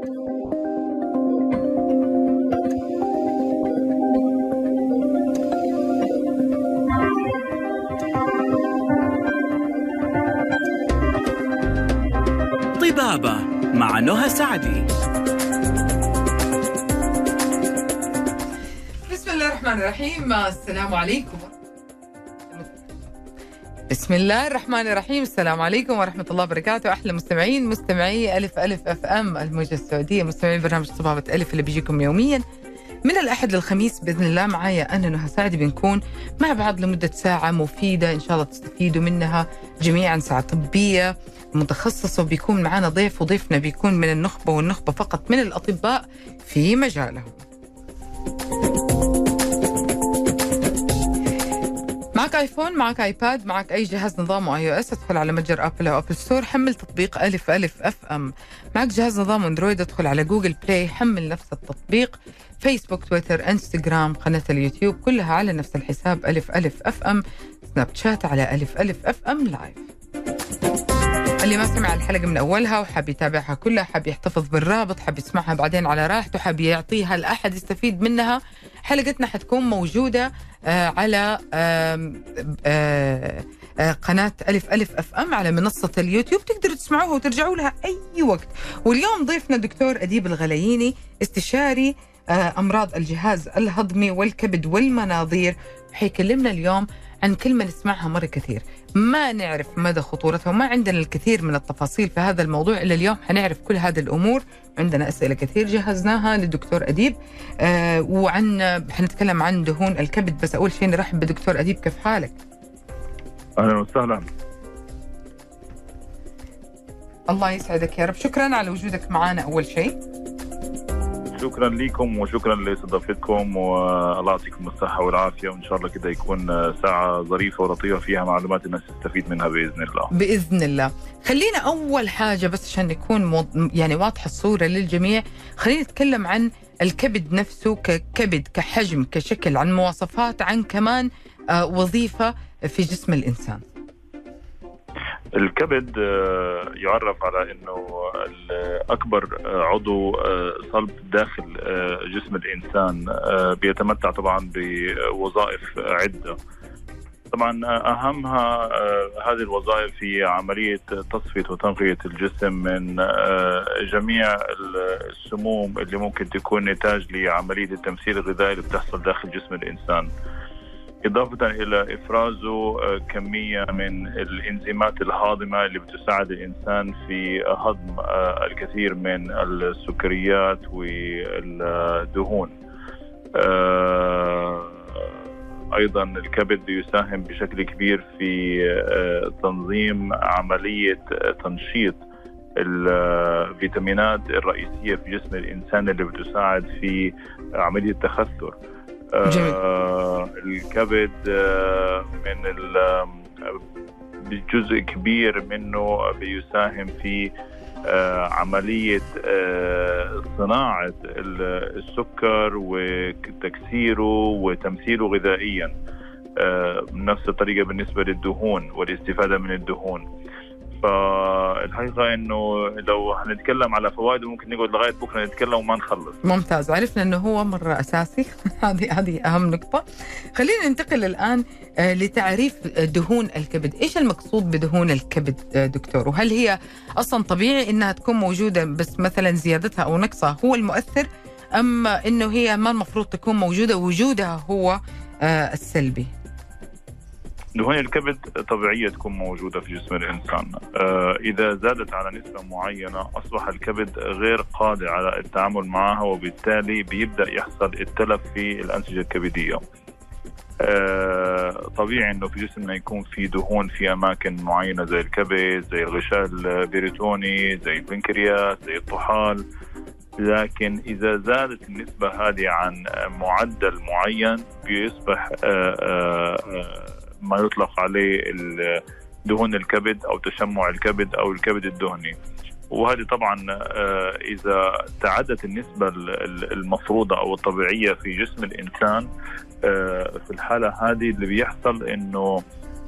طبابة مع نهى سعدي. بسم الله الرحمن الرحيم. السلام عليكم. بسم الله الرحمن الرحيم. السلام عليكم ورحمة الله وبركاته. أحلى مستمعي ألف أف أم الموجة السعودية، مستمعي برنامج طبابة ألف اللي بيجيكم يوميا من الأحد للخميس بإذن الله. معايا أنا نهى سعدي، بنكون مع بعض لمدة ساعة مفيدة إن شاء الله تستفيدوا منها جميعا، ساعة طبية متخصصة، وبيكون معنا ضيف، وضيفنا بيكون من النخبة، والنخبة فقط من الأطباء في مجالهم. معك آيفون، معك آيباد، معك أي جهاز نظام iOS، ادخل على متجر أبل أو أبل ستور، حمل تطبيق ألف أف أم. معك جهاز نظام أندرويد، ادخل على جوجل بلاي، حمل نفس التطبيق. فيسبوك، تويتر، انستغرام، قناة اليوتيوب، كلها على نفس الحساب ألف أف أم. سناب شات على ألف أف أم لايف. اللي ما سمع الحلقة من أولها وحاب يتابعها كلها، حاب يحتفظ بالرابط، حاب يسمعها بعدين على راحته، حاب يعطيها لأحد يستفيد منها، حلقتنا حتكون موجودة على قناة ألف أف أم على منصة اليوتيوب، تقدروا تسمعوها وترجعوا لها أي وقت. واليوم ضيفنا الدكتور أديب الغلاييني، استشاري أمراض الجهاز الهضمي والكبد والمناظير، حيكلمنا اليوم عن كلمة نسمعها مرة كثير ما نعرف مدى خطورتها، وما عندنا الكثير من التفاصيل في هذا الموضوع إلا اليوم حنعرف كل هذه الأمور. عندنا أسئلة كثير جهزناها للدكتور أديب، حنتكلم عن دهون الكبد. بس أول شيء نرحب بدكتور أديب، كيف حالك؟ أهلا وسهلا. الله يسعدك يا رب، شكرا على وجودك معنا. أول شيء شكرا لكم وشكرا لاستضافتكم، والله يعطيكم الصحة والعافية، وإن شاء الله كده يكون ساعة ظريفة ولطيفة فيها معلومات الناس تستفيد منها بإذن الله. بإذن الله. خلينا أول حاجة بس عشان يكون يعني واضحة الصورة للجميع، خلينا نتكلم عن الكبد نفسه ككبد، كحجم، كشكل، عن مواصفات، عن كمان وظيفة في جسم الإنسان. الكبد يعرف على أنه أكبر عضو صلب داخل جسم الإنسان، بيتمتع طبعا بوظائف عدة. طبعا أهمها هذه الوظائف هي عملية تصفية وتنقية الجسم من جميع السموم اللي ممكن تكون نتاج لعملية التمثيل الغذائي اللي بتحصل داخل جسم الإنسان، إضافة إلى إفرازه كمية من الإنزيمات الهاضمة اللي بتساعد الإنسان في هضم الكثير من السكريات والدهون. أيضا الكبد يساهم بشكل كبير في تنظيم عملية تنشيط الفيتامينات الرئيسية في جسم الإنسان اللي بتساعد في عملية التخثر. الكبد من جزء كبير منه بيساهم في عملية صناعة السكر وتكسيره وتمثيله غذائيا، نفس الطريقة بالنسبة للدهون والاستفادة من الدهون. فالحقيقة إنه لو هنتكلم على فوائده ممكن نقعد لغاية بكرة نتكلم وما نخلص. ممتاز، عرفنا إنه هو مرة أساسي. هذه أهم نقطة. خلينا ننتقل الآن لتعريف دهون الكبد. إيش المقصود بدهون الكبد دكتور؟ وهل هي أصلا طبيعي إنها تكون موجودة بس مثلا زيادتها أو نقصها هو المؤثر، أم إنه هي ما المفروض تكون موجودة وجودها هو السلبي؟ دهون الكبد طبيعية تكون موجودة في جسم الإنسان. إذا زادت على نسبة معينة أصبح الكبد غير قادر على التعامل معها، وبالتالي بيبدأ يحصل التلف في الأنسجة الكبدية. طبيعي أنه في جسمنا يكون في دهون في أماكن معينة زي الكبد، زي الغشاء البريتوني، زي البنكرياس، زي الطحال. لكن إذا زادت النسبة هذه عن معدل معين بيصبح ما يطلق عليه دهون الكبد أو تشمع الكبد أو الكبد الدهني. وهذه طبعا إذا تعدت النسبة المفروضة أو الطبيعية في جسم الإنسان، في الحالة هذه اللي بيحصل إنه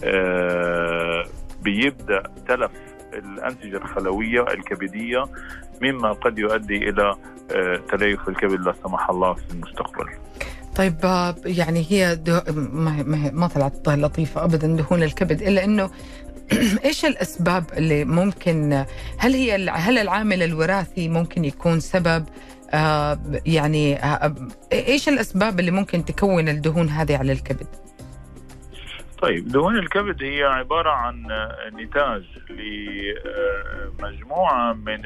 بيبدأ تلف الأنسجة الخلوية الكبدية مما قد يؤدي إلى تليف الكبد لا سمح الله في المستقبل. طيب يعني هي ما طلعت لطيفة أبدا دهون الكبد، إلا أنه إيش الأسباب اللي ممكن، هل العامل الوراثي ممكن يكون سبب؟ يعني إيش الأسباب اللي ممكن تكون الدهون هذه على الكبد؟ طيب، دهون الكبد هي عبارة عن نتاج لمجموعة من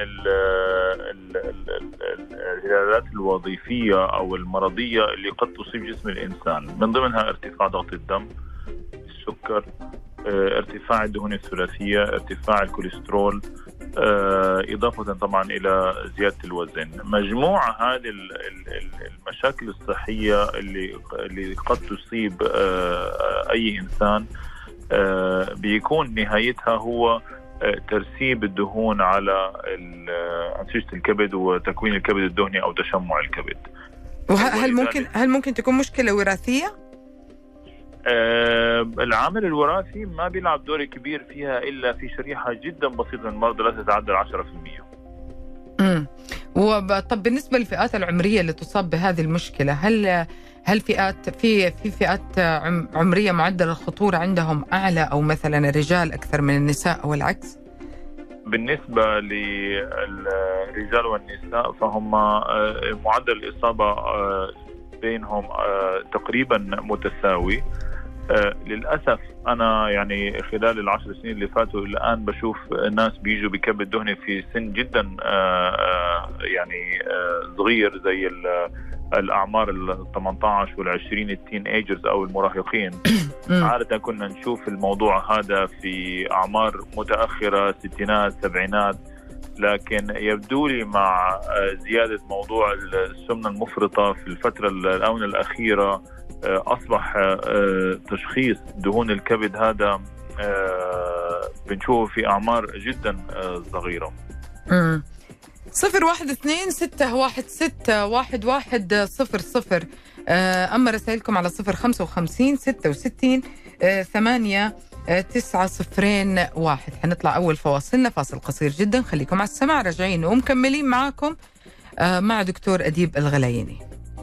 الهلالات الوظيفية أو المرضية اللي قد تصيب جسم الإنسان، من ضمنها ارتفاع ضغط الدم، السكر، ارتفاع الدهون الثلاثية، ارتفاع الكوليسترول، إضافة طبعا إلى زيادة الوزن. مجموعة هذه المشاكل الصحية اللي قد تصيب أي إنسان بيكون نهايتها هو ترسيب الدهون على أنسجة الكبد وتكوين الكبد الدهني أو تشمع الكبد. هل ممكن تكون مشكلة وراثية؟ العامل الوراثي ما بيلعب دور كبير فيها إلا في شريحة جدا بسيطة من المرضى لا تتعدى 10%. طب بالنسبة للفئات العمرية اللي تصاب بهذه المشكلة، هل فئات عمرية معدل الخطورة عندهم أعلى، أو مثلا الرجال أكثر من النساء أو العكس؟ بالنسبة للرجال والنساء فهم معدل الإصابة بينهم تقريبا متساوي. للأسف أنا يعني خلال ال10 سنين اللي فاتوا الآن بشوف ناس بيجوا بكبد دهني في سن جدا يعني صغير، زي الأعمار ال18 وال20 التين ايجرز أو المراهقين. عادة كنا نشوف الموضوع هذا في أعمار متأخرة، ستينات سبعينات، لكن يبدو لي مع زيادة موضوع السمنة المفرطة في الفترة الآونة الأخيرة أصبح تشخيص دهون الكبد هذا بنشوفه في أعمار جدا صغيرة. 012-616-1100. أما رسائلكم على 055-66-8-901. حنطلع أول فواصلنا، فاصل قصير جدا، خليكم على السماع، راجعين ومكملين معاكم مع دكتور أديب الغلايني.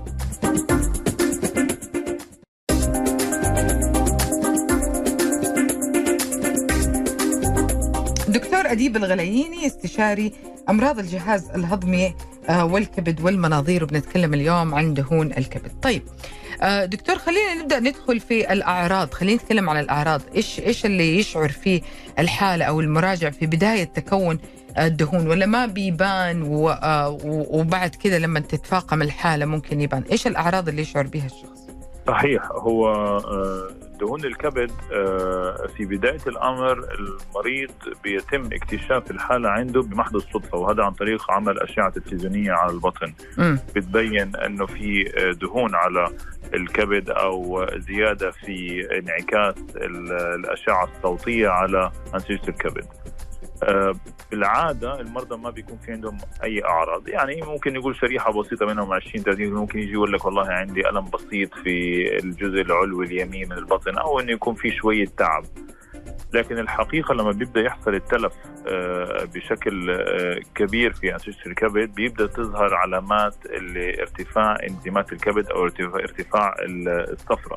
دكتور أديب الغلايني استشاري أمراض الجهاز الهضمي والكبد والمناظير، وبنتكلم اليوم عن دهون الكبد. طيب دكتور، خلينا نبدأ ندخل في الأعراض، خلينا نتكلم عن الأعراض. إيش اللي يشعر فيه الحالة أو المراجع في بداية تكون الدهون، ولا ما بيبان وبعد كده لما تتفاقم الحالة ممكن يبان؟ إيش الأعراض اللي يشعر بها الشخص؟ صحيح، هو دهون الكبد في بداية الأمر المريض بيتم اكتشاف الحالة عنده بمحض الصدفة، وهذا عن طريق عمل أشعة تلفزيونية على البطن. بتبين أنه في دهون على الكبد أو زيادة في انعكاس الأشعة الصوتية على أنسجة الكبد. بالعادة المرضى ما بيكون في عندهم أي أعراض، يعني ممكن يقول شريحة بسيطة منهم 20-30 ممكن يجي يقول لك والله عندي ألم بسيط في الجزء العلوي اليمين من البطن، أو إنه يكون في شوية تعب. لكن الحقيقة لما بيبدأ يحصل التلف بشكل كبير في أنسجة الكبد بيبدأ تظهر علامات ارتفاع انزيمات الكبد أو ارتفاع الصفرة،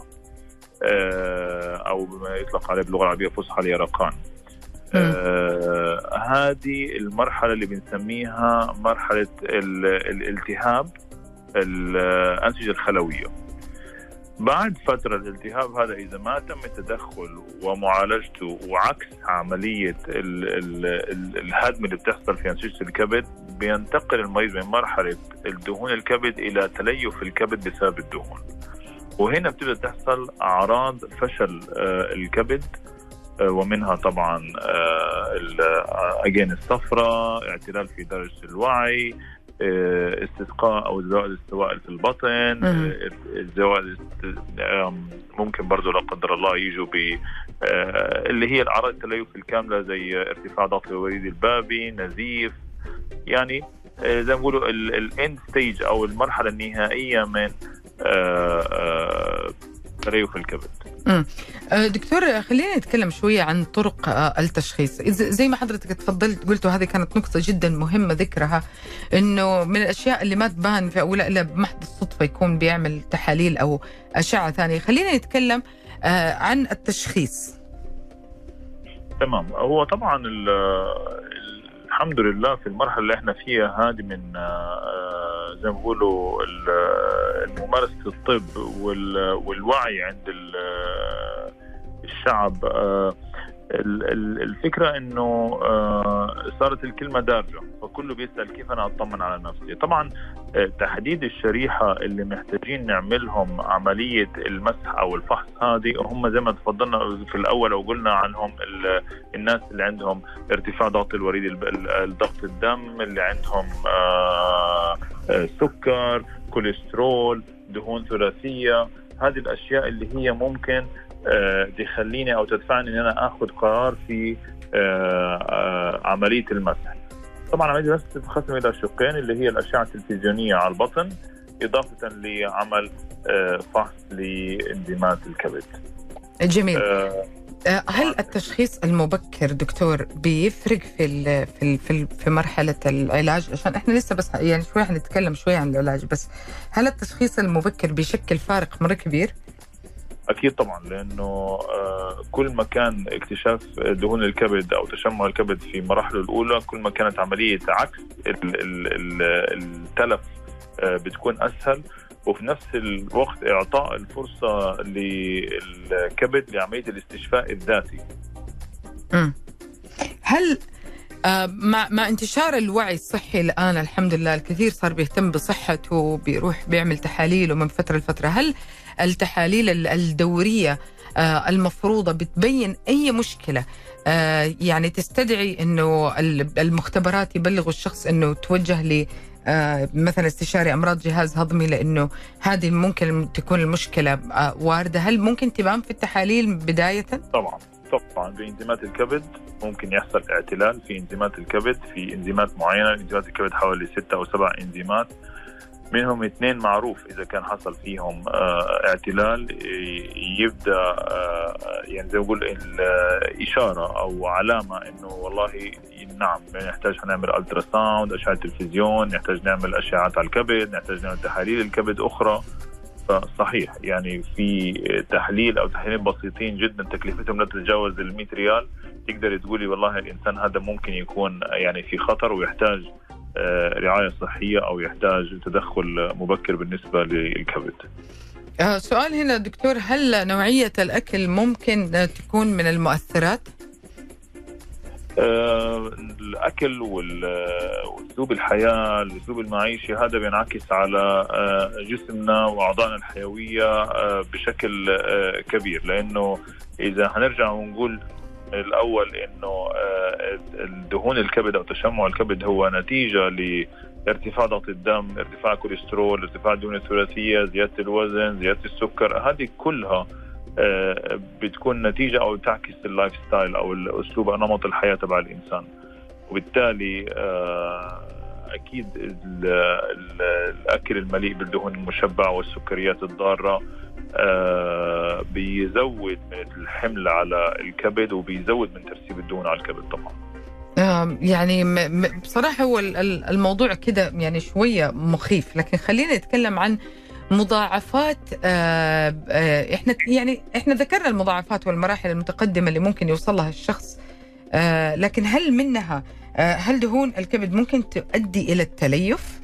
أو ما يطلق عليه باللغة العربية فصحى اليرقان. هذه المرحلة اللي بنسميها مرحلة الالتهاب الأنسجة الخلوية. بعد فترة الالتهاب هذا إذا ما تم التدخل ومعالجته وعكس عملية الهدم اللي بتحصل في أنسجة الكبد، بينتقل المريض من مرحلة الدهون الكبد إلى تليف الكبد بسبب الدهون، وهنا بتبدأ تحصل أعراض فشل الكبد، ومنها طبعا الصفرة، اعتلال في درجة الوعي، استسقاء أو زوائد السوائل في البطن، الزوائد ممكن برضو لا قدر الله يجوا اللي هي الأعراض التليف الكاملة زي ارتفاع ضغط الوريد البابي، نزيف. يعني زي ما نقولوا الاند ستيج أو المرحلة النهائية من تليف الكبد. دكتور، خلينا نتكلم شوية عن طرق التشخيص. زي ما حضرتك تفضلت قلتوا، هذه كانت نقطة جدا مهمة ذكرها، إنه من الأشياء اللي ما تبان في أو لا بمحض الصدفة يكون بيعمل تحاليل أو أشعة ثانية. خلينا نتكلم عن التشخيص. تمام. هو طبعا الحمد لله في المرحلة اللي احنا فيها هذه من زي ما بيقولوا ممارسة الطب والوعي عند الشعب. الفكرة انه صارت الكلمة دارجة، فكله بيسأل كيف انا اطمن على نفسي. طبعا تحديد الشريحة اللي محتاجين نعملهم عملية المسح او الفحص هذه هم زي ما تفضلنا في الاول وقلنا عنهم الناس اللي عندهم ارتفاع ضغط الوريد، ضغط الدم، اللي عندهم سكر، كوليسترول، دهون ثلاثية. هذه الاشياء اللي هي ممكن تخليني أو تدفعني أن أنا أخذ قرار في عملية المسح. طبعا عملية المسح تتقسم إلى شقين، اللي هي الأشعة التلفزيونية على البطن إضافة لعمل فحص لإنزيمات الكبد. جميل. هل التشخيص المبكر دكتور بيفرق في مرحلة العلاج؟ عشان احنا لسه بس يعني شوي حنتكلم شوي عن العلاج، بس هل التشخيص المبكر بيشكل فارق مرة كبير؟ أكيد طبعا، لأنه كل ما كان اكتشاف دهون الكبد أو تشمع الكبد في مراحله الأولى، كل ما كانت عملية عكس التلف بتكون أسهل، وفي نفس الوقت إعطاء الفرصة للكبد لعملية الاستشفاء الذاتي. هل مع انتشار الوعي الصحي الآن الحمد لله الكثير صار بيهتم بصحته، بيروح بيعمل تحاليل ومن فترة لفترة، هل التحاليل الدورية المفروضة بتبين أي مشكلة يعني تستدعي أنه المختبرات يبلغوا الشخص أنه توجه ل مثلا استشاري أمراض جهاز هضمي، لأنه هذه ممكن تكون المشكلة واردة؟ هل ممكن تبان في التحاليل بداية؟ طبعا بإنزيمات الكبد ممكن يحصل اعتلال في إنزيمات الكبد، في إنزيمات معينة. إنزيمات الكبد حوالي 6 أو 7 إنزيمات، منهم 2 معروف إذا كان حصل فيهم اعتلال يبدأ يعني زي ما بقول الإشارة أو علامة إنه والله نعم نحتاج نعمل ألترا ساوند، أشعة تلفزيون، نحتاج نعمل أشعات على الكبد، نحتاج نعمل تحاليل الكبد أخرى. فصحيح يعني في تحليل أو تحليلين بسيطين جدا تكلفتهم لا تتجاوز 100 ريال، تقدر تقولي والله الإنسان هذا ممكن يكون يعني في خطر ويحتاج رعاية صحية أو يحتاج تدخل مبكر بالنسبة للكبد. سؤال هنا دكتور، هل نوعية الأكل ممكن تكون من المؤثرات؟ الأكل وأسلوب الحياة، الأسلوب المعيشي، هذا بينعكس على جسمنا وأعضائنا الحيوية بشكل كبير. لأنه إذا هنرجع ونقول الأول إنه الدهون الكبد أو تشمع الكبد هو نتيجة لارتفاع ضغط الدم، ارتفاع كوليسترول، ارتفاع الدهون الثلاثية، زيادة الوزن، زيادة السكر، هذه كلها بتكون نتيجة أو تعكس اللايف ستايل أو الأسلوب أو نمط الحياة تبع الإنسان. وبالتالي أكيد الأكل المليء بالدهون المشبعة والسكريات الضارة بيزود من الحمل على الكبد وبيزود من ترسيب الدهون على الكبد طبعا. يعني بصراحة هو الموضوع كده يعني شوية مخيف، لكن خلينا نتكلم عن مضاعفات. احنا ذكرنا المضاعفات والمراحل المتقدمة اللي ممكن يوصل لها الشخص، لكن هل منها هل دهون الكبد ممكن تؤدي إلى التليف؟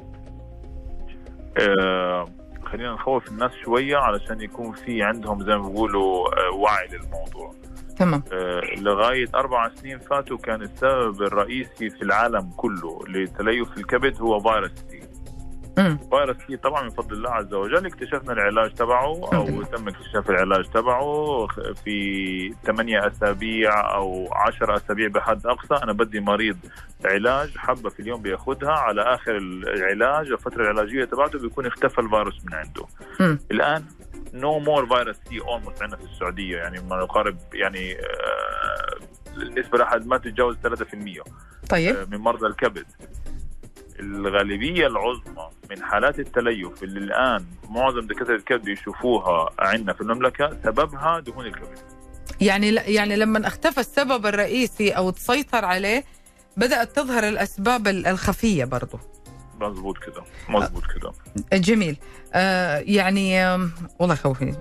خلينا نخوف الناس شوية علشان يكون في عندهم زي ما بيقولوا وعي للموضوع. تمام. لغاية 4 سنين فاتوا كان السبب الرئيسي في العالم كله لتليف الكبد هو فيروس سي. فيروس سي طبعا من فضل الله عز وجل اكتشفنا العلاج تبعه أو تم اكتشاف العلاج تبعه في 8 أسابيع أو 10 أسابيع بحد أقصى. أنا بدي مريض علاج حبة في اليوم بياخدها، على آخر العلاج الفترة العلاجية تبعته بيكون اختفى الفيروس من عنده. الآن no more virus C almost عندنا في السعودية، يعني ما يقارب يعني النسبة لحد ما تتجاوز 3% طيب من مرضى الكبد. الغالبية العظمى من حالات التليف اللي الآن معظم دكاترة الكبد يشوفوها عندنا في المملكة سببها دهون الكبد. يعني لما اختفى السبب الرئيسي أو تسيطر عليه بدأت تظهر الأسباب الخفية برضو. مظبوط كده. جميل. يعني والله خوفني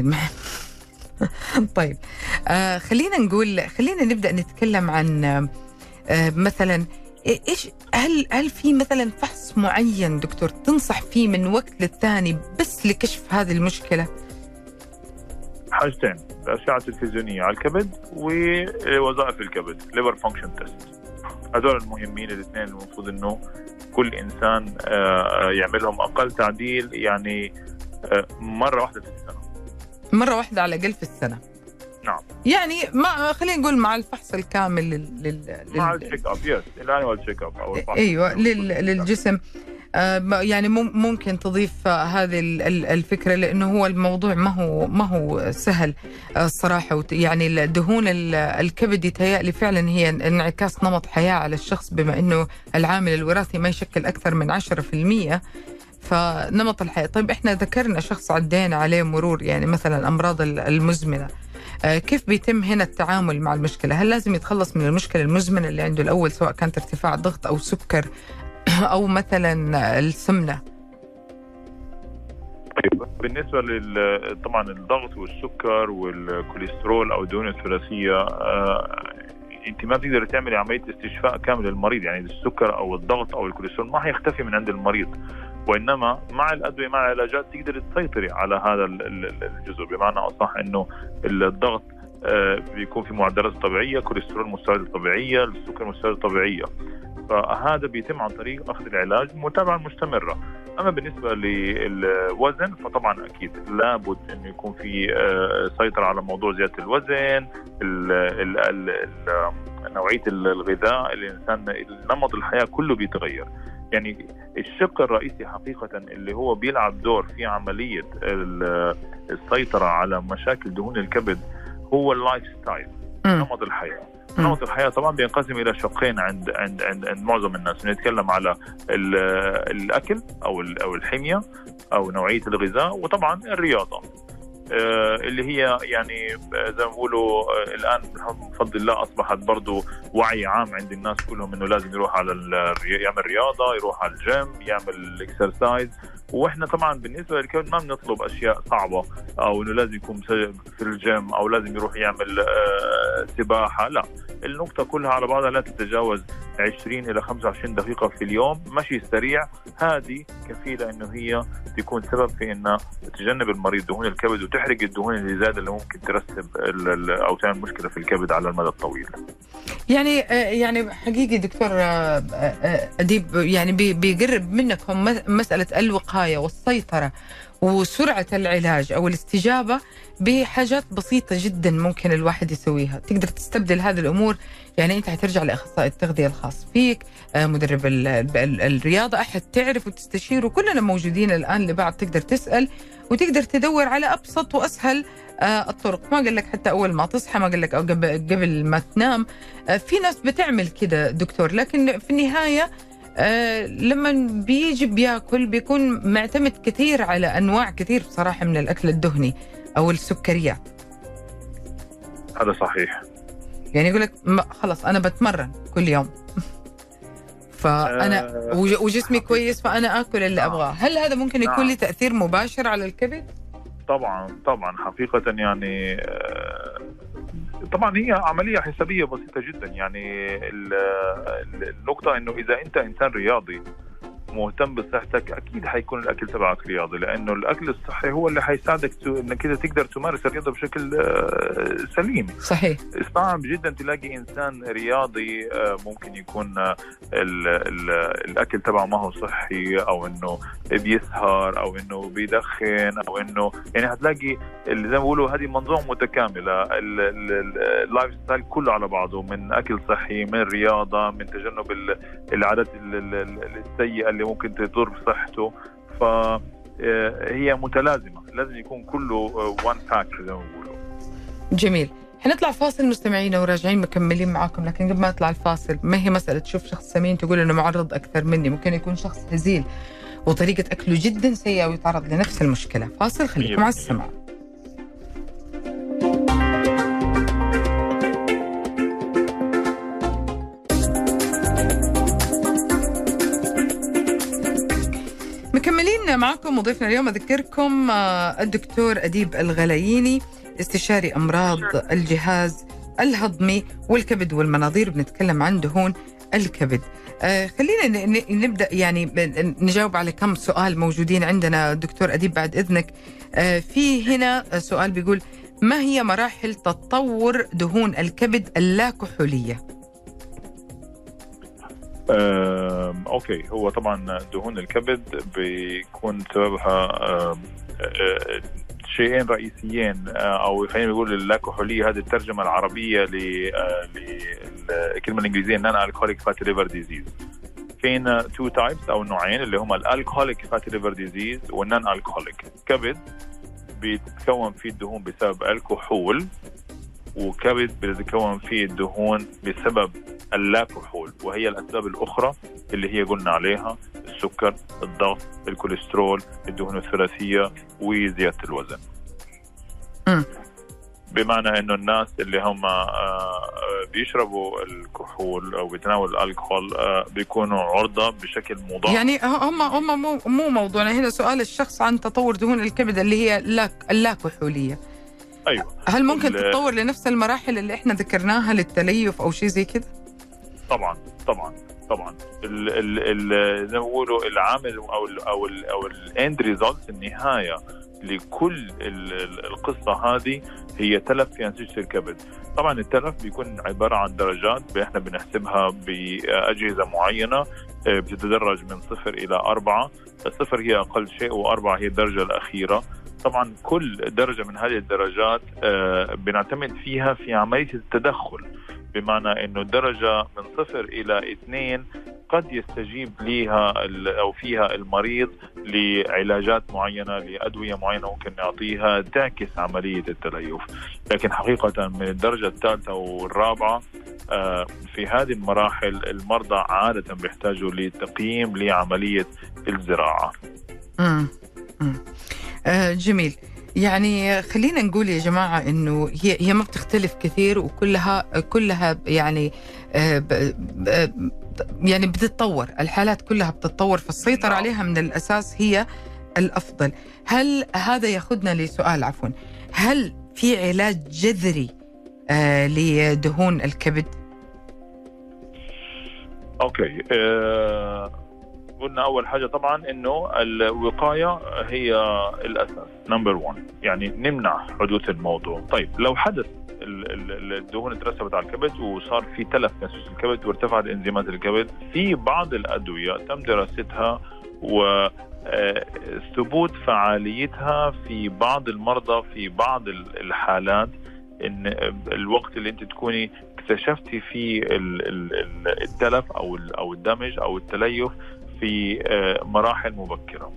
طيب خلينا نبدأ نتكلم عن مثلا إيش هل في مثلا فحص معين دكتور تنصح فيه من وقت للتاني بس لكشف هذه المشكلة؟ حاجتين: الأشعة التلفزيونية على الكبد ووظائف الكبد liver function test. هذول المهمين الاثنين المفروض إنه كل إنسان يعملهم أقل تعديل يعني مرة واحدة في السنة. مرة واحدة على الأقل في السنة. نعم. يعني ما خلينا نقول مع الفحص الكامل مع التشيك اب الانوال تشيك اب او الفحص ايوه للجسم. يعني ممكن تضيف هذه الفكرة لأنه هو الموضوع ما هو سهل الصراحة. يعني الدهون الكبد يتهيألي فعلا هي انعكاس نمط حياة على الشخص، بما أنه العامل الوراثي ما يشكل أكثر من 10%. فنمط الحياة. طيب إحنا ذكرنا شخص عدينا عليه مرور يعني مثلا الأمراض المزمنة، كيف بيتم هنا التعامل مع المشكلة؟ هل لازم يتخلص من المشكلة المزمنة اللي عنده الأول سواء كانت ارتفاع ضغط أو سكر أو مثلا السمنة؟ طيب بالنسبة طبعا الضغط والسكر والكوليسترول أو الدهون الثلاثية، أنت ما بتقدر تعملي عملية استشفاء كامل للمريض. يعني السكر أو الضغط أو الكوليسترول ما هيختفي من عند المريض، وإنما مع الأدوية مع العلاجات تقدر تسيطري على هذا الجزء. بمعنى أصح إنه الضغط بيكون في معدلات طبيعية، كوليسترول مستويات طبيعية، السكر مستويات طبيعية. فهذا بيتم عن طريق أخذ العلاج متابعة مستمرة. أما بالنسبة للوزن فطبعا أكيد لابد أن يكون في سيطرة على موضوع زيادة الوزن، نوعية الغذاء، الإنسان نمط الحياة كله بيتغير. يعني الشق الرئيسي حقيقة اللي هو بيلعب دور في عملية السيطرة على مشاكل دهون الكبد هو اللايف ستايل، نمط الحياة. نمط الحياة طبعا بينقسم إلى شقين عند معظم الناس. نتكلم على الأكل أو الحمية أو نوعية الغذاء، وطبعا الرياضة اللي هي يعني زي ما بيقولوا الآن بفضل الله أصبحت برضو وعي عام عند الناس كلهم إنه لازم يروح يعمل رياضة، يروح على الجيم، يعمل اكسرسايز. واحنا طبعا بالنسبه للكبد ما بنطلب اشياء صعبه او انه لازم يكون في الجيم او لازم يروح يعمل سباحه. لا، النقطه كلها على بعضها لا تتجاوز 20 الى 25 دقيقه في اليوم مشي سريع. هذه كفيله انه هي تكون سبب في انه تجنب المريض دهون الكبد وتحرق الدهون اللي زاد اللي ممكن ترسب او تعمل مشكله في الكبد على المدى الطويل. يعني حقيقي دكتور أديب يعني بيقرب منكم مسألة الوقاية والسيطرة وسرعة العلاج أو الاستجابة بحاجات بسيطة جدا ممكن الواحد يسويها. تقدر تستبدل هذه الأمور. يعني أنت هترجع لأخصائي التغذية الخاص فيك، مدرب الرياضة، أحد تعرف وتستشيره. كلنا موجودين الآن لبعض، تقدر تسأل وتقدر تدور على أبسط وأسهل الطرق. ما قال لك حتى أول ما تصحى، ما قال لك أو قبل ما تنام. في ناس بتعمل كده دكتور، لكن في النهاية لما بيجي بياكل بيكون معتمد كثير على أنواع كثير بصراحة من الأكل الدهني أو السكريات. هذا صحيح. يعني يقول لك خلاص أنا بتمرن كل يوم فأنا وجسمي كويس فأنا أكل اللي أبغاه. هل هذا ممكن يكون له تأثير مباشر على الكبد؟ طبعا حقيقة يعني طبعا هي عملية حسابية بسيطة جدا. يعني النقطة انه اذا انت انسان رياضي مهتم بصحتك اكيد حيكون الاكل تبعك رياضي، لانه الاكل الصحي هو اللي حيساعدك انك كده تقدر تمارس الرياضه بشكل سليم. صحيح. صعب جدا تلاقي انسان رياضي ممكن يكون الاكل تبعه ما هو صحي، او انه بيسهر، او انه بيدخن، او انه يعني هتلاقي اللي زي ما بيقولوا هذه منظومه متكامله. اللايف ستايل كله على بعضه، من اكل صحي، من رياضه، من تجنب العادات السيئه اللي ممكن تضر بصحته. فهي متلازمة، لازم يكون كله وان باك زي ما بيقولوا. جميل. حنطلع فاصل مستمعينا وراجعين مكملين معاكم. لكن قبل ما نطلع الفاصل، ما هي مسألة تشوف شخص سمين تقول إنه معرض أكثر مني. ممكن يكون شخص هزيل وطريقة أكله جدا سيئة ويتعرض لنفس المشكلة. فاصل، خليكم على السماع. مكملين معكم، وضيفنا اليوم أذكركم الدكتور أديب الغلاييني، استشاري أمراض الجهاز الهضمي والكبد والمناظير. بنتكلم عن دهون الكبد. خلينا نبدأ يعني نجاوب على كم سؤال موجودين عندنا دكتور أديب بعد إذنك. في هنا سؤال بيقول: ما هي مراحل تطور دهون الكبد اللاكحولية؟ أوكي، هو طبعا دهون الكبد بيكون سببها شيئين رئيسيين، أو خلينا نقول اللاكحولية. هذه الترجمة العربية للكلمة الإنجليزية non alcoholic fatty liver disease. فينا two types أو نوعين اللي هما الالكحوليك fatty liver disease والنون alcoholic. كبد بيتكون فيه الدهون بسبب الكحول، وكبد بيتكون فيه الدهون بسبب اللاكحول، وهي الأسباب الأخرى اللي هي قلنا عليها: السكر، الضغط، الكوليسترول، الدهون الثلاثية، وزيادة الوزن. بمعنى إنه الناس اللي هم بيشربوا الكحول أو بيتناولوا الكحول بيكونوا عرضة بشكل مضاعف. يعني هم مو موضوعنا هنا. سؤال الشخص عن تطور دهون الكبد اللي هي اللاكحولية. أيوة. هل ممكن تتطور لنفس المراحل اللي إحنا ذكرناها للتليف أو شيء زي كده؟ طبعا زي ما بيقولوا العامل او الاند ريزلت، النهايه لكل القصه هذه هي تلف في انسجه الكبد. طبعا التلف بيكون عباره عن درجات احنا بنحسبها باجهزه معينه، بتتدرج من 0 إلى 4. 0 هي اقل شيء، و4 هي الدرجه الاخيره. طبعا كل درجه من هذه الدرجات بنعتمد فيها في عمليه التدخل، بمعنى إنه الدرجة من 0 إلى 2 قد يستجيب لها أو فيها المريض لعلاجات معينة، لأدوية معينة ممكن نعطيها تعكس عملية التليف. لكن حقيقة من الدرجة الثالثة والرابعة في هذه المراحل المرضى عادة بيحتاجوا لتقييم لعملية الزراعة. جميل. يعني خلينا نقول يا جماعة إنه هي ما بتختلف كثير، وكلها يعني يعني بتتطور. الحالات كلها بتتطور، فالسيطرة عليها من الأساس هي الأفضل. هل هذا ياخدنا لسؤال، عفوا، هل في علاج جذري لدهون الكبد؟ أوكي. قلنا أول حاجة طبعا إنه الوقاية هي الأساس، نمبر 1، يعني نمنع حدوث الموضوع. طيب لو حدث الدهون اترسبت على الكبد وصار في تلف في نسيج الكبد وارتفعت انزيمات الكبد، في بعض الأدوية تم دراستها وثبوت فعاليتها في بعض المرضى في بعض الحالات، إن الوقت اللي أنت تكوني اكتشفتي فيه التلف أو الدمج أو التليف في مراحل مبكرة.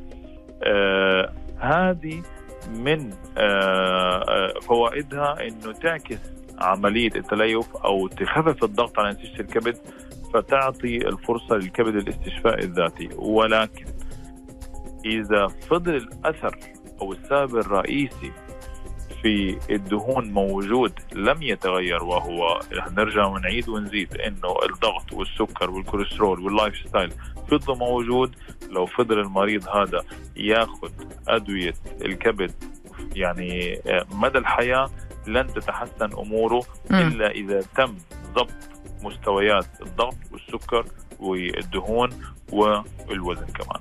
هذه من فوائدها إنه تعكس عملية التليف أو تخفف الضغط على نسيج الكبد، فتعطي الفرصة للكبد الاستشفاء الذاتي. ولكن إذا فضل الأثر أو السبب الرئيسي في الدهون موجود لم يتغير، وهو نرجع ونعيد ونزيد إنه الضغط والسكر والكوليسترول واللايف ستايل فضل موجود، لو فضل المريض هذا ياخذ أدوية الكبد يعني مدى الحياة، لن تتحسن أموره إلا إذا تم ضبط مستويات الضغط والسكر والدهون والوزن كمان.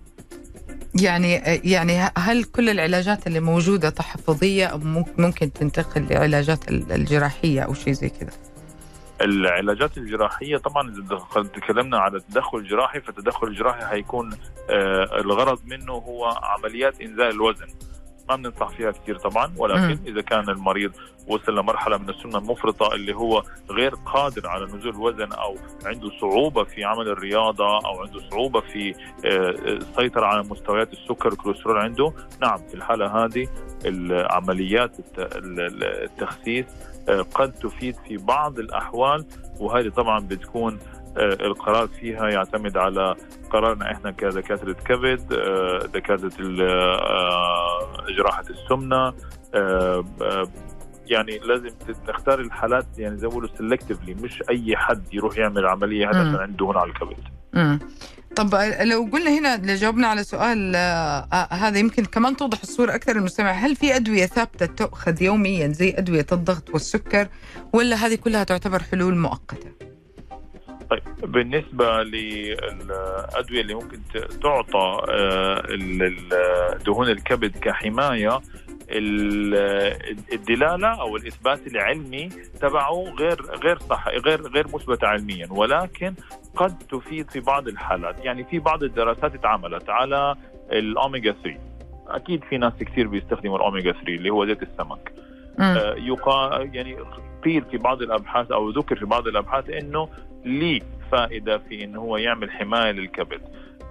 يعني هل كل العلاجات اللي موجودة تحفظية أو ممكن تنتقل لعلاجات الجراحية أو شيء زي كده؟ العلاجات الجراحية طبعا إذا تكلمنا على التدخل الجراحي، فالتدخل الجراحي هيكون الغرض منه هو عمليات إنزال الوزن. ما بننصح فيها كثير طبعا، ولكن إذا كان المريض وصل لمرحلة من السمنة المفرطة اللي هو غير قادر على نزول الوزن، أو عنده صعوبة في عمل الرياضة، أو عنده صعوبة في السيطرة على مستويات السكر والكوليسترول عنده، نعم في الحالة هذه العمليات التخسيس قد تفيد في بعض الأحوال، وهذه طبعا بتكون القرار فيها يعتمد على قرارنا احنا كدكاترة كبد، دكاترة جراحة السمنة. يعني لازم نختار الحالات، يعني زي ما بيقولوا سيلكتيفلي، مش اي حد يروح يعمل عملية هذا عشان عنده دهون على الكبد. طب لو قلنا هنا جاوبنا على سؤال هذا يمكن كمان توضح الصورة أكثر للمستمع. هل في أدوية ثابتة تؤخذ يوميا زي أدوية الضغط والسكر، ولا هذه كلها تعتبر حلول مؤقتة؟ طيب بالنسبة للأدوية اللي ممكن تعطى دهون الكبد كحماية، الدلالة أو الإثبات العلمي تبعه غير صح، غير مثبت علميا، ولكن قد تفيد في بعض الحالات. يعني في بعض الدراسات اتعملت على الأوميجا 3. أكيد في ناس كثير بيستخدموا الأوميجا 3 اللي هو زيت السمك. يعني قيل في بعض الأبحاث أو ذكر في بعض الأبحاث إنه ليه فائدة في إنه هو يعمل حماية للكبد.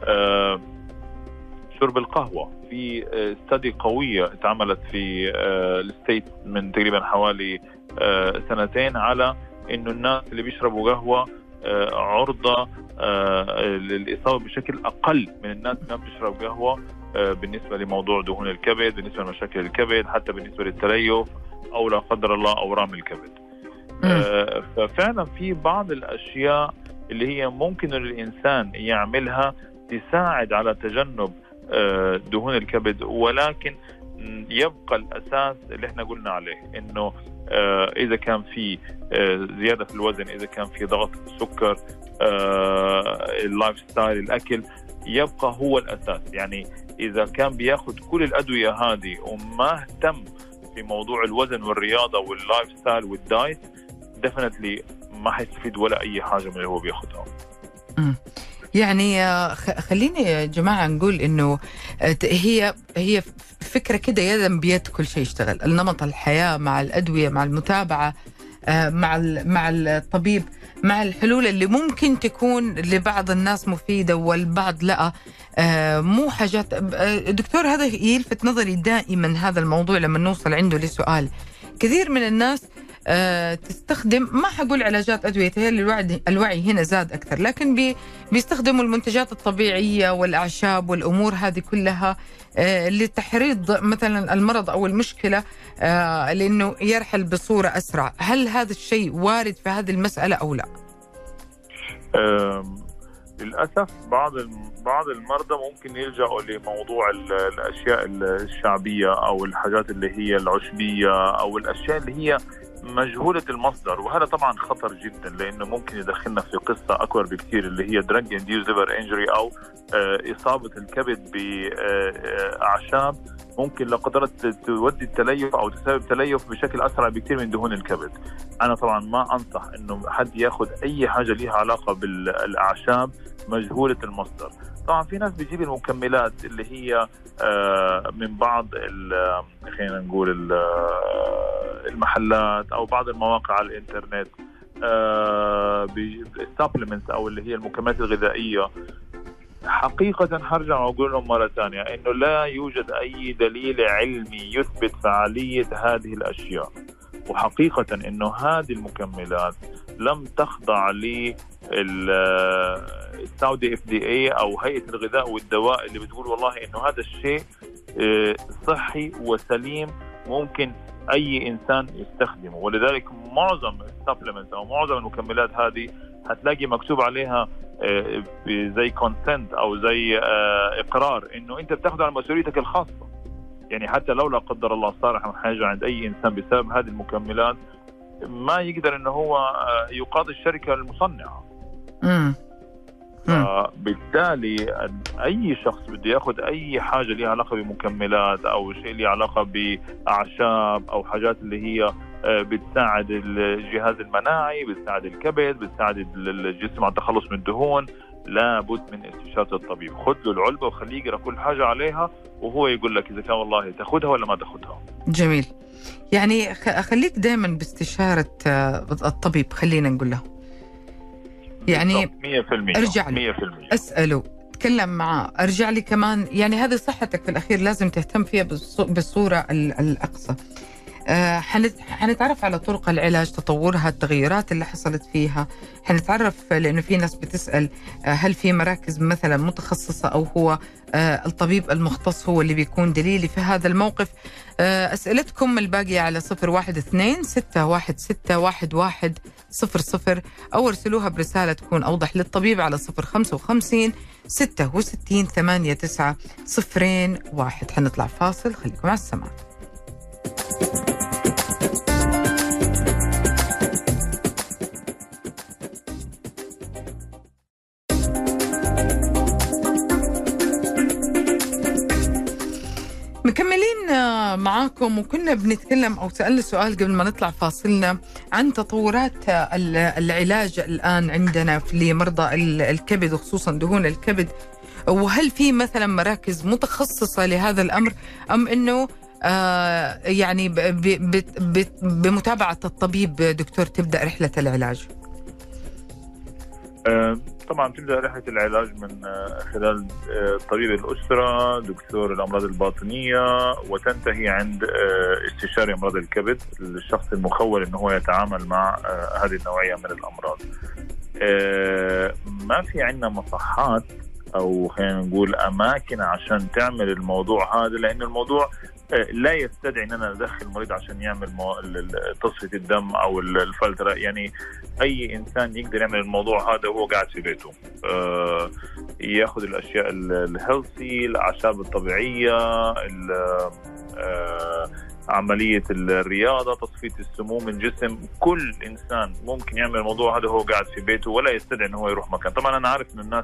شرب القهوة، في استدي قوية اتعملت في الستيت من تقريبا حوالي 2 على إنه الناس اللي بيشربوا قهوة عرضة للإصابة بشكل أقل من الناس اللي بتشرب قهوة بالنسبة لموضوع دهون الكبد، بالنسبة لمشاكل الكبد، حتى بالنسبة للتليف أو لا قدر الله أورام الكبد. ففعلا في بعض الأشياء اللي هي ممكن الإنسان يعملها تساعد على تجنب دهون الكبد، ولكن يبقى الأساس اللي احنا قلنا عليه إنه إذا كان في زيادة في الوزن، إذا كان في ضغط سكر، اللايف ستايل، الأكل يبقى هو الأساس. يعني إذا كان بياخد كل الأدوية هذه وما اهتم في موضوع الوزن والرياضة واللايف ستايل والدايت، ديفينتلي ما حيستفيد ولا أي حاجة من اللي هو بياخدها. يعني خليني يا جماعة نقول إنه هي فكرة كده يدا بيد كل شيء يشتغل، النمط الحياة مع الأدوية مع المتابعة مع الطبيب مع الحلول اللي ممكن تكون لبعض الناس مفيدة والبعض لا. مو حاجات. دكتور، هذا يلفت نظري دائما هذا الموضوع لما نوصل عنده لسؤال. كثير من الناس تستخدم، ما حقول علاجات أدوية، الوعي هنا زاد أكثر، لكن بيستخدموا المنتجات الطبيعية والأعشاب والأمور هذه كلها لتحريض مثلا المرض أو المشكلة لأنه يرحل بصورة أسرع. هل هذا الشيء وارد في هذه المسألة أو لا؟ للأسف بعض المرضى ممكن يلجأوا لموضوع الأشياء الشعبية أو الحاجات اللي هي العشبية أو الأشياء اللي هي مجهولة المصدر، وهذا طبعا خطر جدا لأنه ممكن يدخلنا في قصة أكبر بكثير اللي هي drug induced liver injury أو إصابة الكبد بأعشاب ممكن لا قدر تودي التليف أو تسبب تليف بشكل أسرع بكثير من دهون الكبد. أنا طبعا ما أنصح إنه حد يأخذ أي حاجة لها علاقة بالأعشاب مجهولة المصدر. طبعا في ناس بيجيب المكملات اللي هي من بعض خلينا نقول المحلات أو بعض المواقع على الإنترنت، supplements أو اللي هي المكملات الغذائية. حقيقة هرجع وأقول لهم مرة ثانية إنه لا يوجد أي دليل علمي يثبت فعالية هذه الأشياء، وحقيقة إنه هذه المكملات لم تخضع للسعودي FDA أو هيئة الغذاء والدواء اللي بتقول والله إنه هذا الشيء صحي وسليم ممكن أي إنسان يستخدمه. ولذلك معظم السبلمنت أو معظم المكملات هذه هتلاقي مكتوب عليها زي كونسنت أو زي إقرار إنه أنت بتاخده على مسؤوليتك الخاصة. يعني حتى لو لا قدر الله صار حاجة عند أي إنسان بسبب هذه المكملات ما يقدر إنه هو يقاضي الشركة المصنعة. بالتالي أي شخص بده يأخذ أي حاجة لها علاقة بمكملات أو شيء لها علاقة بأعشاب أو حاجات اللي هي بتساعد الجهاز المناعي، بتساعد الكبد، بتساعد الجسم على التخلص من الدهون، لابد من استشارة الطبيب. خذ له العلبة وخليه يقرأ كل حاجة عليها وهو يقول لك إذا كان والله تأخذها ولا ما تأخذها. جميل. يعني خليك دائما باستشارة الطبيب، خلينا نقول له يعني 100% ارجع له 100% اسأله، تكلم معه، ارجع لي كمان. يعني هذه صحتك في الأخير لازم تهتم فيها بالصورة الأقصى. حنتعرف على طرق العلاج، تطورها، التغيرات اللي حصلت فيها. حنتعرف لأنه في ناس بتسأل هل في مراكز مثلا متخصصة أو هو الطبيب المختص هو اللي بيكون دليلي في هذا الموقف. أسئلتكم الباقية على 012-616-1100 أو ارسلوها برسالة تكون أوضح للطبيب على 055-66-89-01. حنطلع فاصل، خليكم على السماع. مكملين معاكم، وكنا بنتكلم أو سألنا سؤال قبل ما نطلع فاصلنا عن تطورات العلاج الآن عندنا لمرضى الكبد وخصوصا دهون الكبد، وهل في مثلا مراكز متخصصة لهذا الأمر أم أنه يعني بمتابعة الطبيب دكتور تبدأ رحلة العلاج؟ طبعا تبدأ رحلة العلاج من خلال طبيب الأسرة، دكتور الأمراض الباطنية، وتنتهي عند استشاري أمراض الكبد، الشخص المخول أنه هو يتعامل مع هذه النوعية من الأمراض. ما في عندنا مصحات أو خلينا نقول أماكن عشان تعمل الموضوع هذا، لأن الموضوع لا يستدعي أننا ندخل المريض عشان يعمل تصفية الدم أو الفلترة. يعني أي إنسان يقدر يعمل الموضوع هذا وهو قاعد في بيته، يأخذ الأشياء الهيلثي، الأعشاب الطبيعية، عملية الرياضة، تصفية السموم من الجسم. كل إنسان ممكن يعمل الموضوع هذا وهو قاعد في بيته ولا يستدعي أنه هو يروح مكان. طبعا أنا عارف أن الناس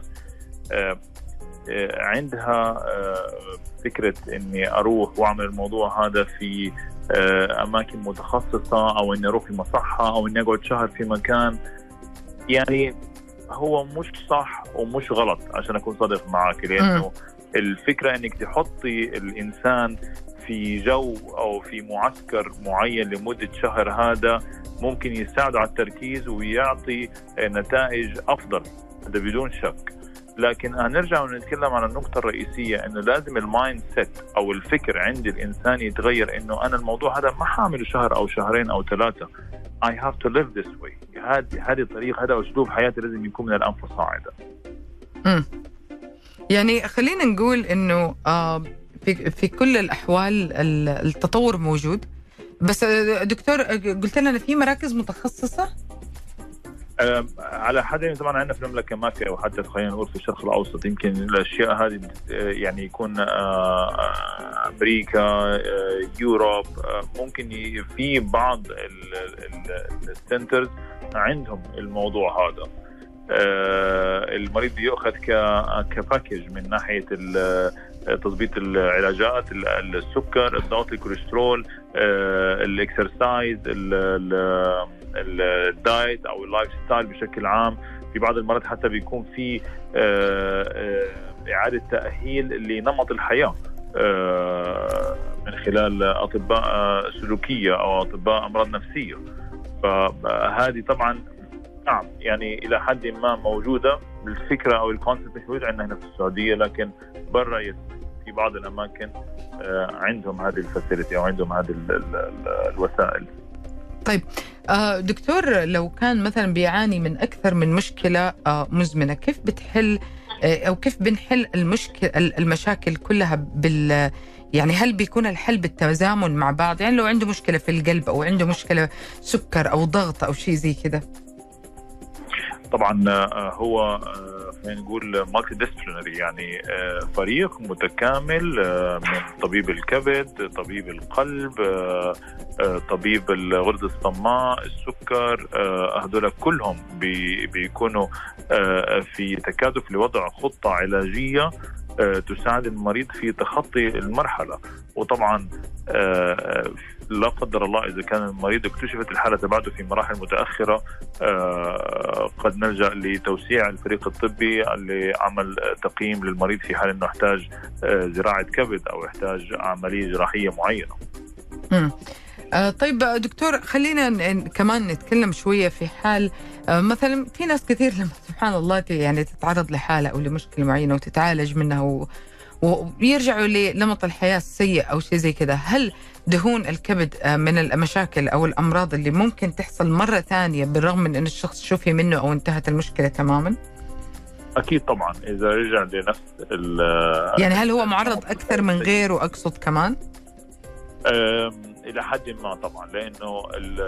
عندها فكرة إني أروح وأعمل الموضوع هذا في أماكن متخصصة، أو إني أروح في مصحة، أو إني أقعد شهر في مكان. يعني هو مش صح ومش غلط عشان أكون صادق معك، لأنه الفكرة إنك تحطي الإنسان في جو أو في معسكر معين لمدة شهر، هذا ممكن يساعده على التركيز ويعطي نتائج أفضل، هذا بدون شك. لكن هنرجع ونتكلم عن النقطة الرئيسية، إنه لازم المايند سيت أو الفكر عند الإنسان يتغير، إنه أنا الموضوع هذا ما حاعمله شهر أو شهرين أو 3. I have to live this way. هذه الطريقة، هذا أسلوب حياتي لازم يكون من الآن فصاعدا. يعني خلينا نقول إنه في كل الأحوال التطور موجود، بس دكتور قلت لنا في مراكز متخصصة على حد طبعا عندنا في المملكة ما في، أو حتى خلينا نقول في الشرق الأوسط يمكن الأشياء هذه يعني يكون أمريكا، يوروب، ممكن في بعض السنترز عندهم الموضوع هذا. المريض يأخذ كباكج من ناحية تضبيط العلاجات، السكر، الضغط، الكوليسترول، الاكسرسايز، الدايت او اللايف ستايل بشكل عام. في بعض المرات حتى بيكون في إعادة تأهيل لنمط الحياة من خلال أطباء سلوكية أو أطباء أمراض نفسية. فهذه طبعا نعم يعني إلى حد ما موجودة الفكرة أو الكونسبت، مش موجود عندنا هنا في السعودية، لكن برا في بعض الأماكن عندهم هذه الفاسيلتي أو عندهم هذه الوسائل. طيب دكتور، لو كان مثلا بيعاني من أكثر من مشكلة مزمنة، كيف بتحل أو كيف بنحل المشاكل كلها يعني هل بيكون الحل بالتزامن مع بعض؟ يعني لو عنده مشكلة في القلب أو عنده مشكلة سكر أو ضغط أو شيء زي كده. طبعا هو خلينا نقول مالتي ديسبلينري، يعني فريق متكامل من طبيب الكبد، طبيب القلب، طبيب الغدة الصماء، السكر، هذول كلهم بيكونوا في تكاتف لوضع خطة علاجية تساعد المريض في تخطي المرحلة. وطبعا لا قدر الله إذا كان المريض اكتشفت الحالة تبعته في مراحل متأخرة، قد نلجأ لتوسيع الفريق الطبي لعمل تقييم للمريض في حال أنه يحتاج زراعة كبد أو يحتاج عملية جراحية معينة. طيب دكتور، خلينا كمان نتكلم شوية في حال مثلا في ناس كثير لما سبحان الله يعني تتعرض لحالة أو لمشكلة معينة وتتعالج منها ويرجعوا لنمط الحياة السيء أو شيء زي كده. هل دهون الكبد من المشاكل أو الأمراض اللي ممكن تحصل مرة ثانية بالرغم من أن الشخص شفي منه أو انتهت المشكلة تماما؟ أكيد طبعا إذا رجع لنفس يعني هل هو معرض أكثر من غيره أقصد كمان؟ إلى حد ما طبعا، لأنه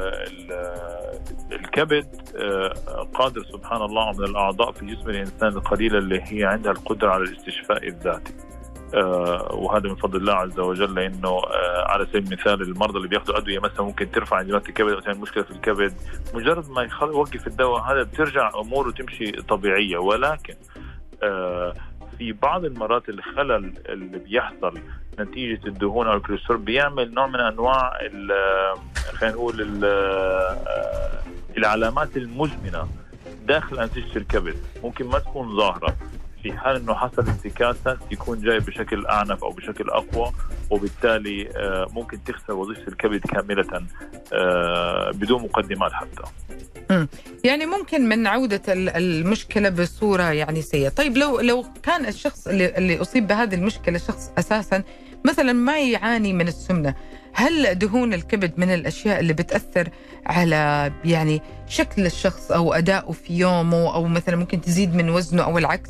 الكبد قادر سبحان الله من الأعضاء في جسم الإنسان القليلة اللي هي عندها القدرة على الاستشفاء الذاتي، وهذا من فضل الله عز وجل. لأنه على سبيل المثال المرضى اللي بياخذوا أدوية مثلا ممكن ترفع انزيمات الكبد أو تعمل مشكلة في الكبد، مجرد ما يوقف الدواء هذا بترجع أموره تمشي طبيعية. ولكن في بعض المرات الخلل اللي بيحصل نتيجة الدهون أو الكوليسترول بيعمل نوع من أنواع خلينا نقول العلامات المزمنة داخل أنسجة الكبد، ممكن ما تكون ظاهرة. في حال أنه حصل انتكاسة يكون جاي بشكل أعنف أو بشكل أقوى، وبالتالي ممكن تخسر وظيفة الكبد كاملة بدون مقدمات حتى. يعني ممكن من عودة المشكلة بصورة يعني سيئة. طيب لو كان الشخص اللي أصيب بهذه المشكلة شخص أساسا مثلا ما يعاني من السمنة، هل دهون الكبد من الأشياء اللي بتأثر على يعني شكل الشخص أو أدائه في يومه، أو مثلا ممكن تزيد من وزنه أو العكس؟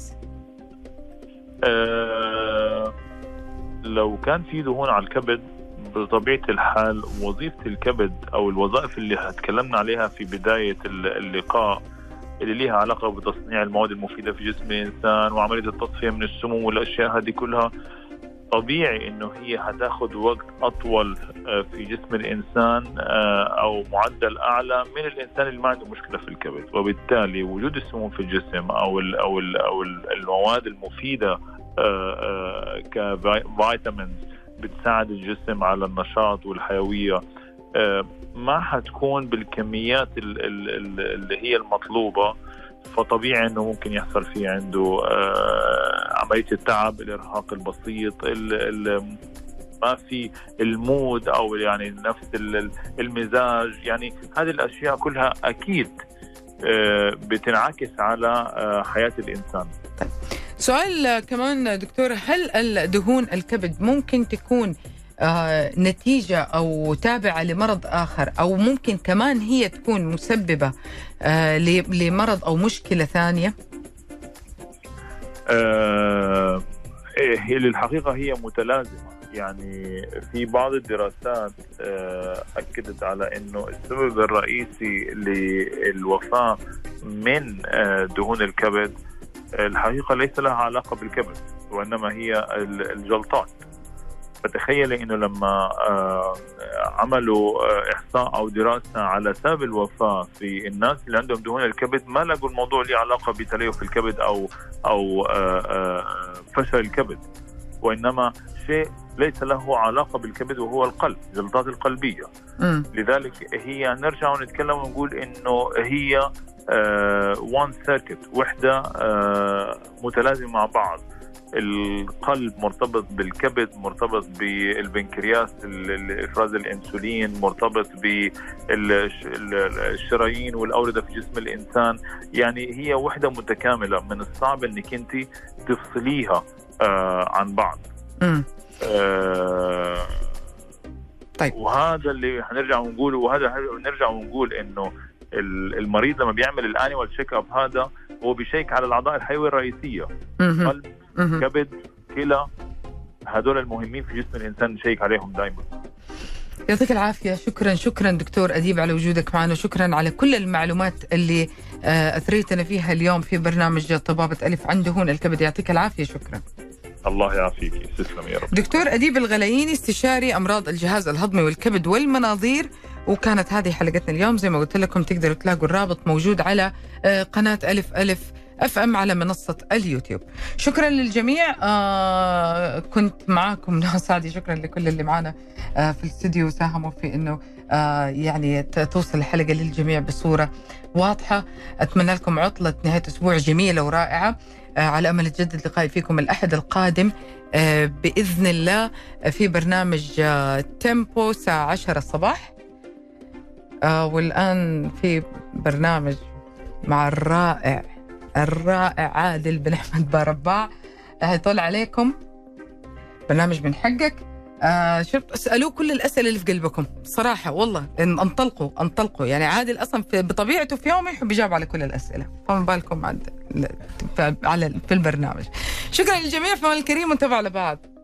لو كان في دهون على الكبد بطبيعة الحال وظيفة الكبد أو الوظائف اللي تكلمنا عليها في بداية اللقاء اللي ليها علاقة بتصنيع المواد المفيدة في جسم الإنسان وعملية التصفية من السموم والأشياء هذه كلها، طبيعي إنه هي هتاخد وقت أطول في جسم الإنسان أو معدل أعلى من الإنسان اللي ما عنده مشكلة في الكبد. وبالتالي وجود السموم في الجسم أو المواد المفيدة كفيتامينز بتساعد الجسم على النشاط والحيوية ما حتكون بالكميات اللي هي المطلوبة، فطبيعي انه ممكن يحصل فيه عنده عملية التعب، الارهاق البسيط، ما في المود او يعني نفس المزاج. يعني هذه الاشياء كلها اكيد بتنعكس على حياة الانسان. سؤال كمان دكتور، هل الدهون الكبد ممكن تكون نتيجة أو تابعة لمرض آخر، أو ممكن كمان هي تكون مسببة لمرض أو مشكلة ثانية؟ هي للحقيقة هي متلازمة. يعني في بعض الدراسات أكدت على أنه السبب الرئيسي للوفاة من دهون الكبد الحقيقة ليس لها علاقة بالكبد، وإنما هي الجلطات. فتخيل إنه لما عملوا إحصاء أو دراسة على سبب الوفاة في الناس اللي عندهم دهون الكبد، ما لقوا الموضوع له علاقة بتليف الكبد أو فشل الكبد، وإنما شيء ليس له علاقة بالكبد وهو القلب، الجلطات القلبية. لذلك هي نرجع ونتكلم ونقول إنه هي one circuit، وحدة متلازمة مع بعض. القلب مرتبط بالكبد، مرتبط بالبنكرياس إفراز الأنسولين، مرتبط بالشرايين والأوردة في جسم الإنسان. يعني هي وحدة متكاملة، من الصعب أنك أنت تفصليها عن بعض. طيب. وهذا اللي هنرجع ونقوله، وهذا نرجع ونقول إنه المريض لما بيعمل الانيوال تشيك اب هذا هو بيشيك على الاعضاء الحيويه الرئيسيه، قلب، كبد، كلى، هذول المهمين في جسم الانسان نشيك عليهم دائما. يعطيك العافيه. شكرا دكتور أديب على وجودك معنا، شكرا على كل المعلومات اللي اثريتنا فيها اليوم في برنامج طبابة ألف عن دهون الكبد. يعطيك العافيه. شكرا. الله يعافيك. تسلم يا رب. دكتور أديب الغلاييني، استشاري أمراض الجهاز الهضمي والكبد والمناظير. وكانت هذه حلقتنا اليوم. زي ما قلت لكم تقدروا تلاقوا الرابط موجود على قناة ألف FM على منصة اليوتيوب. شكرا للجميع. كنت معاكم نهى سعدي. شكرا لكل اللي معنا في الاستوديو ساهموا في أنه يعني توصل الحلقة للجميع بصورة واضحة. أتمنى لكم عطلة نهاية أسبوع جميلة ورائعة. على أمل أتجدد لقائي فيكم الأحد القادم بإذن الله في برنامج تيمبو الساعة 10 الصباح. والآن في برنامج مع الرائع عادل بن أحمد بارباع. هيطول عليكم برنامج من حقك. شرط اسألوه كل الأسئلة اللي في قلبكم صراحة والله، إن انطلقوا يعني. عادل أصلا بطبيعته في يوم يحب يجاوب على كل الأسئلة، فما بالكم في البرنامج. شكرا للجميع، فمن الكريم ونتابع لبعض.